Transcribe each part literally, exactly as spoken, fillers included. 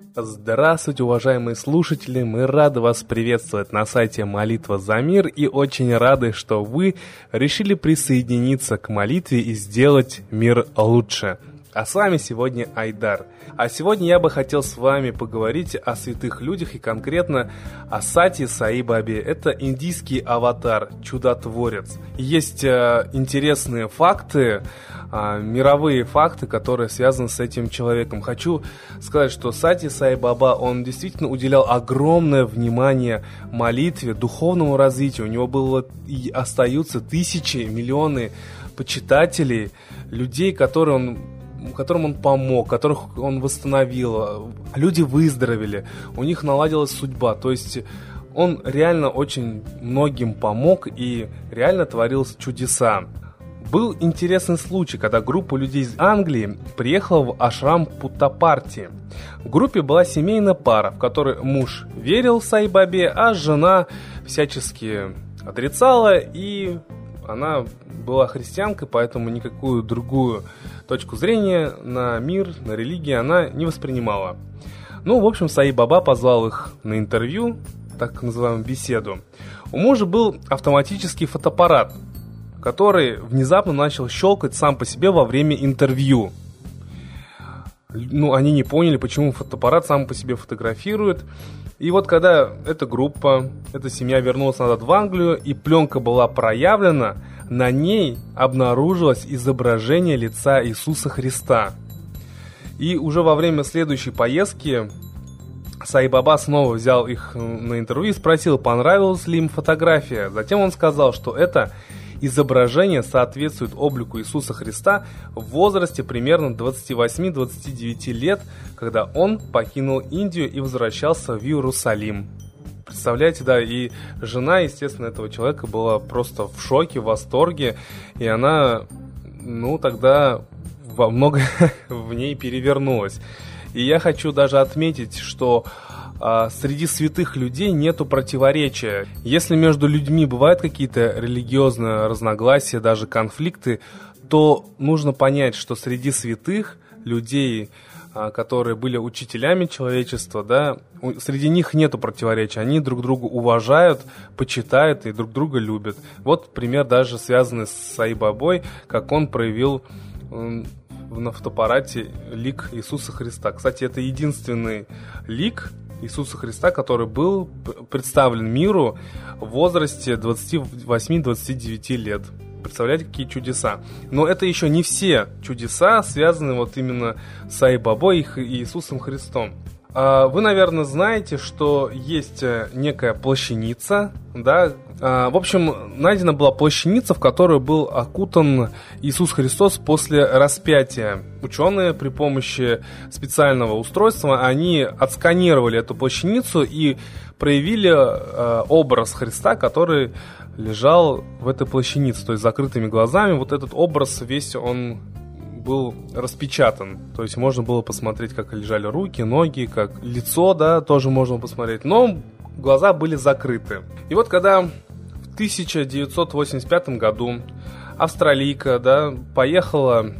Здравствуйте, уважаемые слушатели! Мы рады вас приветствовать на сайте «Молитва за мир» и очень рады, что вы решили присоединиться к молитве и сделать мир лучше. А с вами сегодня Айдар. А сегодня я бы хотел с вами поговорить о святых людях и конкретно о Сати Саи Бабе. Это индийский аватар, чудотворец. Есть э, интересные факты, э, мировые факты, которые связаны с этим человеком. Хочу сказать, что Сати Саи Баба, он действительно уделял огромное внимание молитве, духовному развитию. У него было и остаются тысячи, миллионы почитателей, людей, которые он... которым он помог, которых он восстановил, люди выздоровели, у них наладилась судьба, то есть он реально очень многим помог и реально творил чудеса. Был интересный случай, когда группа людей из Англии приехала в ашрам Путтапарти. В группе была семейная пара, в которой муж верил в Саи Бабе, а жена всячески отрицала, и она была христианкой, поэтому никакую другую точку зрения на мир, на религию она не воспринимала. Ну, в общем, Саи Баба позвал их на интервью, так называемую беседу. У мужа был автоматический фотоаппарат, который внезапно начал щелкать сам по себе во время интервью. Ну, они не поняли, почему фотоаппарат сам по себе фотографирует. И вот когда эта группа, эта семья вернулась назад в Англию, и пленка была проявлена, на ней обнаружилось изображение лица Иисуса Христа. И уже во время следующей поездки Саи Баба снова взял их на интервью и спросил, понравилась ли им фотография. Затем он сказал, что это изображение соответствует облику Иисуса Христа в возрасте примерно двадцати восьми - двадцати девяти лет, когда он покинул Индию и возвращался в Иерусалим. Представляете, да, и жена, естественно, этого человека была просто в шоке, в восторге, и она, ну, тогда во многое в ней перевернулась. И я хочу даже отметить, что а, среди святых людей нету противоречия. Если между людьми бывают какие-то религиозные разногласия, даже конфликты, то нужно понять, что среди святых людей, которые были учителями человечества, да, среди них нету противоречий, они друг друга уважают, почитают и друг друга любят. Вот пример даже связанный с Саи Бабой, как он проявил на фотоаппарате лик Иисуса Христа. Кстати, это единственный лик Иисуса Христа, который был представлен миру в возрасте двадцати восьми - двадцати девяти лет. Представляете, какие чудеса. Но это еще не все чудеса, связанные вот именно с Саи Бабой и Иисусом Христом. Вы, наверное, знаете, что есть некая плащаница, да? В общем, найдена была плащаница, в которую был окутан Иисус Христос после распятия. Ученые при помощи специального устройства, они отсканировали эту плащаницу и проявили образ Христа, который лежал в этой плащанице, то есть с закрытыми глазами. Вот этот образ весь он был распечатан, то есть можно было посмотреть, как лежали руки, ноги, как лицо, да, тоже можно посмотреть, но глаза были закрыты. И вот когда в тысяча девятьсот восемьдесят пятом году австралийка, да, поехала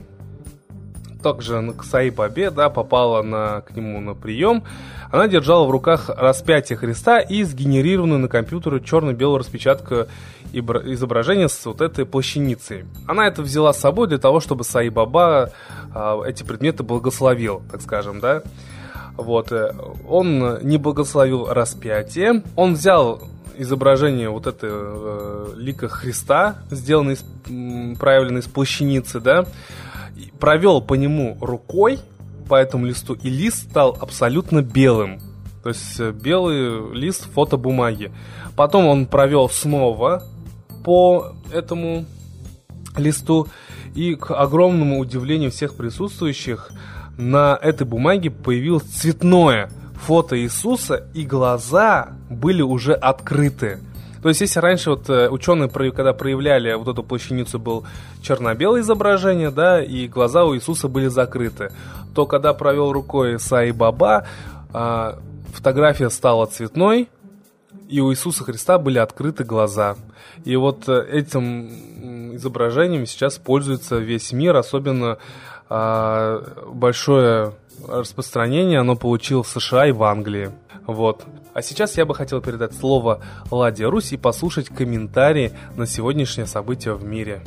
также к Саи Бабе, да, попала на, к нему на прием, она держала в руках распятие Христа и сгенерированную на компьютере черно-белую распечатку изображения с вот этой плащаницей. Она это взяла с собой для того, чтобы Саи Баба а, эти предметы благословил, так скажем, да. Вот. Он не благословил распятие, он взял изображение вот этой э, лика Христа, сделанное из, м, проявленное из плащаницы, да, провел по нему рукой, по этому листу, и лист стал абсолютно белым. То есть белый лист фотобумаги. Потом он провел снова по этому листу, и к огромному удивлению всех присутствующих на этой бумаге появилось цветное фото Иисуса, и глаза были уже открыты. То есть, если раньше вот ученые, когда проявляли вот эту плащаницу, был черно-белое изображение, да, и глаза у Иисуса были закрыты, то когда провел рукой Саи Баба, фотография стала цветной, и у Иисуса Христа были открыты глаза. И вот этим изображением сейчас пользуется весь мир, особенно большое распространение оно получило в США и в Англии. Вот. А сейчас я бы хотел передать слово Ладе Русь и послушать комментарии на сегодняшнее событие в мире.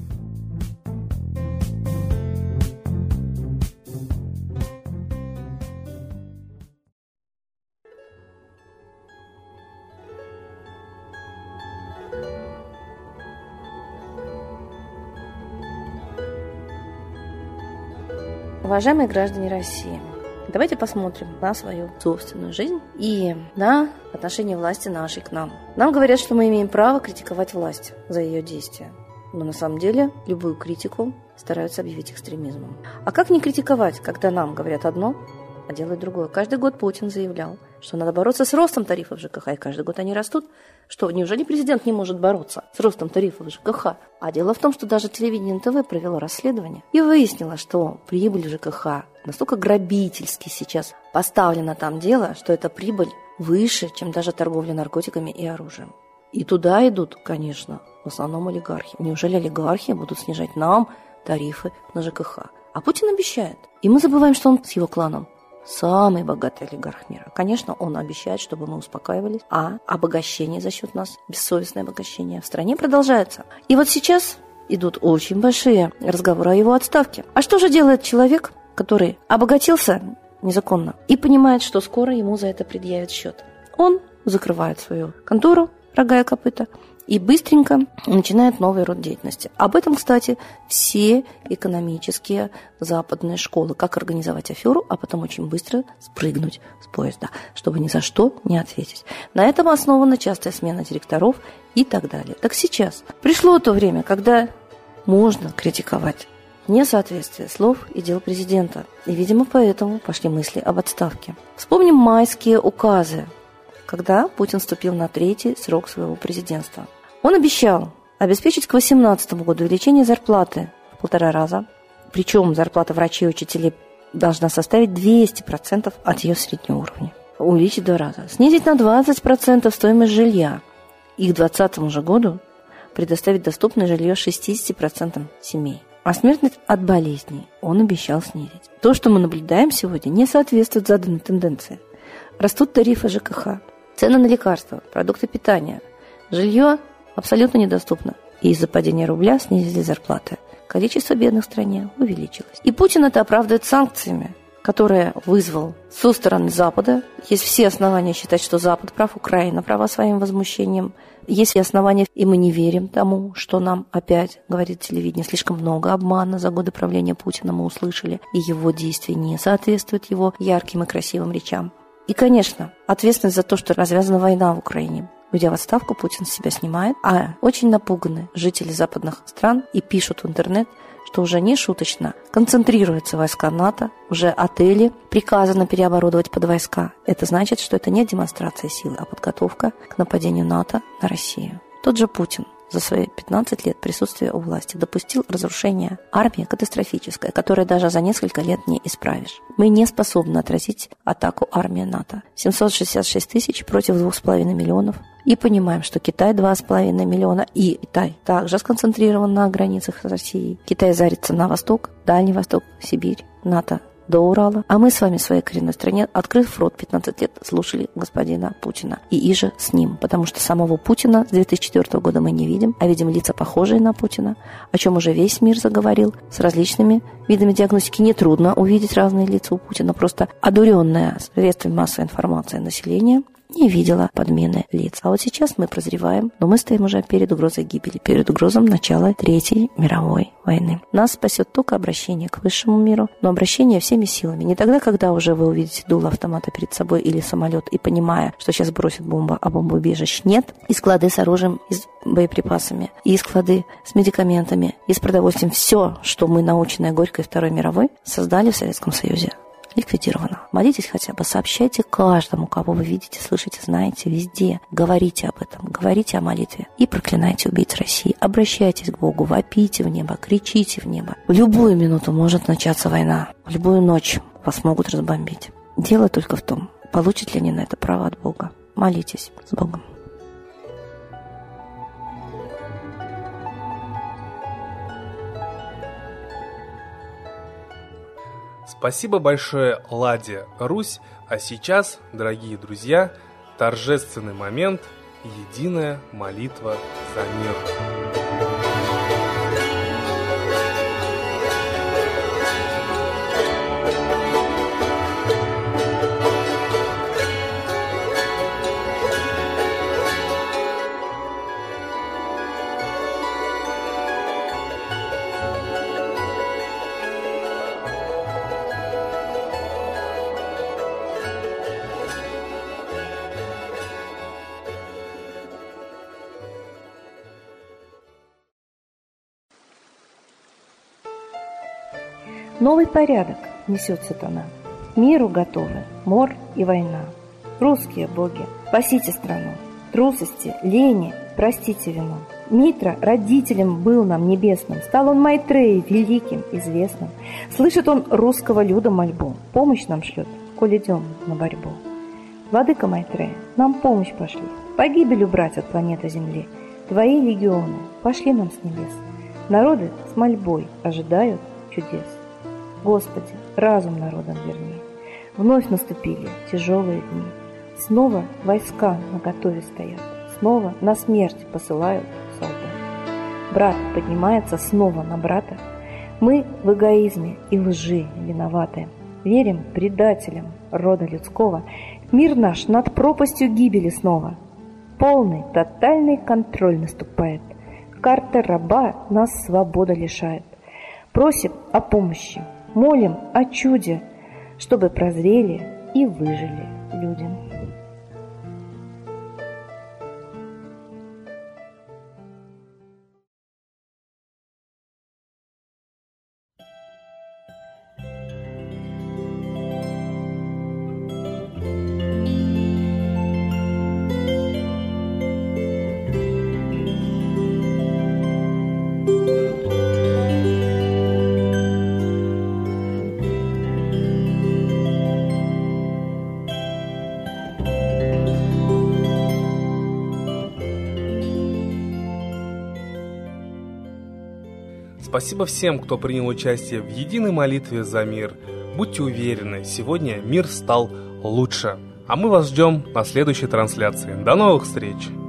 Уважаемые граждане России, давайте посмотрим на свою собственную жизнь и на отношение власти нашей к нам. Нам говорят, что мы имеем право критиковать власть за ее действия. Но на самом деле любую критику стараются объявить экстремизмом. А как не критиковать, когда нам говорят одно, а делают другое? Каждый год Путин заявлял, что надо бороться с ростом тарифов ЖКХ, и каждый год они растут. Что, неужели президент не может бороться с ростом тарифов ЖКХ? А дело в том, что даже телевидение эн тэ вэ провело расследование и выяснило, что прибыль ЖКХ настолько грабительски сейчас поставлено там дело, что эта прибыль выше, чем даже торговля наркотиками и оружием. И туда идут, конечно, в основном олигархи. Неужели олигархи будут снижать нам тарифы на ЖКХ? А Путин обещает. И мы забываем, что он с его кланом самый богатый олигарх мира. Конечно, он обещает, чтобы мы успокаивались, а обогащение за счет нас, бессовестное обогащение в стране продолжается. И вот сейчас идут очень большие разговоры о его отставке. А что же делает человек, который обогатился незаконно и понимает, что скоро ему за это предъявят счет? Он закрывает свою контору, рога и копыта, и быстренько начинает новый род деятельности. Об этом, кстати, все экономические западные школы. Как организовать аферу, а потом очень быстро спрыгнуть с поезда, чтобы ни за что не ответить. На этом основана частая смена директоров и так далее. Так сейчас пришло то время, когда можно критиковать несоответствие слов и дел президента. И, видимо, поэтому пошли мысли об отставке. Вспомним майские указы, когда Путин вступил на третий срок своего президентства. Он обещал обеспечить к две тысячи восемнадцатому году увеличение зарплаты в полтора раза, причем зарплата врачей и учителей должна составить двести процентов от ее среднего уровня. Увеличить в два раза. Снизить на двадцать процентов стоимость жилья и к двадцатому же году предоставить доступное жилье шестьдесят процентов семей. А смертность от болезней он обещал снизить. То, что мы наблюдаем сегодня, не соответствует заданной тенденции. Растут тарифы ЖКХ, цены на лекарства, продукты питания, жилье абсолютно недоступно. И из-за падения рубля снизили зарплаты. Количество бедных в стране увеличилось. И Путин это оправдывает санкциями, которые вызвал со стороны Запада. Есть все основания считать, что Запад прав, Украина права своим возмущением. Есть все основания, и мы не верим тому, что нам опять говорит телевидение. Слишком много обмана за годы правления Путина мы услышали, и его действия не соответствуют его ярким и красивым речам. И, конечно, ответственность за то, что развязана война в Украине. Уйдя в отставку, Путин с себя снимает, а очень напуганы жители западных стран и пишут в интернет, что уже не шуточно концентрируются войска НАТО, уже отели приказано переоборудовать под войска. Это значит, что это не демонстрация силы, а подготовка к нападению НАТО на Россию. Тот же Путин за свои пятнадцать лет присутствия у власти допустил разрушение армии катастрофическое, которое даже за несколько лет не исправишь. Мы не способны отразить атаку армии НАТО. семьсот шестьдесят шесть тысяч против двух с половиной миллионов. И понимаем, что Китай два с половиной миллиона, и Китай также сконцентрирован на границах с Россией. Китай зарится на восток, Дальний Восток, Сибирь, НАТО до Урала. А мы с вами в своей коренной стране, открыв рот, пятнадцать лет слушали господина Путина. И иже с ним, потому что самого Путина с две тысячи четвёртого года мы не видим, а видим лица, похожие на Путина, о чем уже весь мир заговорил, с различными видами диагностики. Нетрудно увидеть разные лица у Путина, просто одуренное средствами массовой информации население не видела подмены лиц. А вот сейчас мы прозреваем, но мы стоим уже перед угрозой гибели, перед угрозой начала Третьей мировой войны. Нас спасет только обращение к высшему миру, но обращение всеми силами. Не тогда, когда уже вы увидите дуло автомата перед собой или самолет и понимая, что сейчас бросит бомба, а бомбоубежищ нет, и склады с оружием, и с боеприпасами, и склады с медикаментами, и с продовольствием. Все, что мы, наученные Горькой Второй мировой, создали в Советском Союзе, ликвидировано. Молитесь хотя бы, сообщайте каждому, кого вы видите, слышите, знаете, везде. Говорите об этом, говорите о молитве и проклинайте убийц России. Обращайтесь к Богу, вопите в небо, кричите в небо. В любую минуту может начаться война, в любую ночь вас могут разбомбить. Дело только в том, получит ли они на это право от Бога. Молитесь с Богом. Спасибо большое Ладе Русь. А сейчас, дорогие друзья, торжественный момент – единая молитва за мир. Новый порядок несет сатана. Миру готовы мор и война. Русские боги, спасите страну. Трусости, лени, простите вину. Митра родителем был нам небесным, стал он Майтреей великим, известным. Слышит он русского люда мольбу, помощь нам шлет, коль идем на борьбу. Владыка Майтрея, нам помощь пошли, погибель убрать от планеты Земли. Твои легионы пошли нам с небес. Народы с мольбой ожидают чудес. Господи, разум народам верни. Вновь наступили тяжелые дни. Снова войска наготове стоят. Снова на смерть посылают солдат. Брат поднимается снова на брата. Мы в эгоизме и лжи виноваты. Верим предателям рода людского. Мир наш над пропастью гибели снова. Полный, тотальный контроль наступает. Карта раба нас свобода лишает. Просим о помощи. Молим о чуде, чтобы прозрели и выжили люди. Спасибо всем, кто принял участие в единой молитве за мир. Будьте уверены, сегодня мир стал лучше. А мы вас ждем на следующей трансляции. До новых встреч!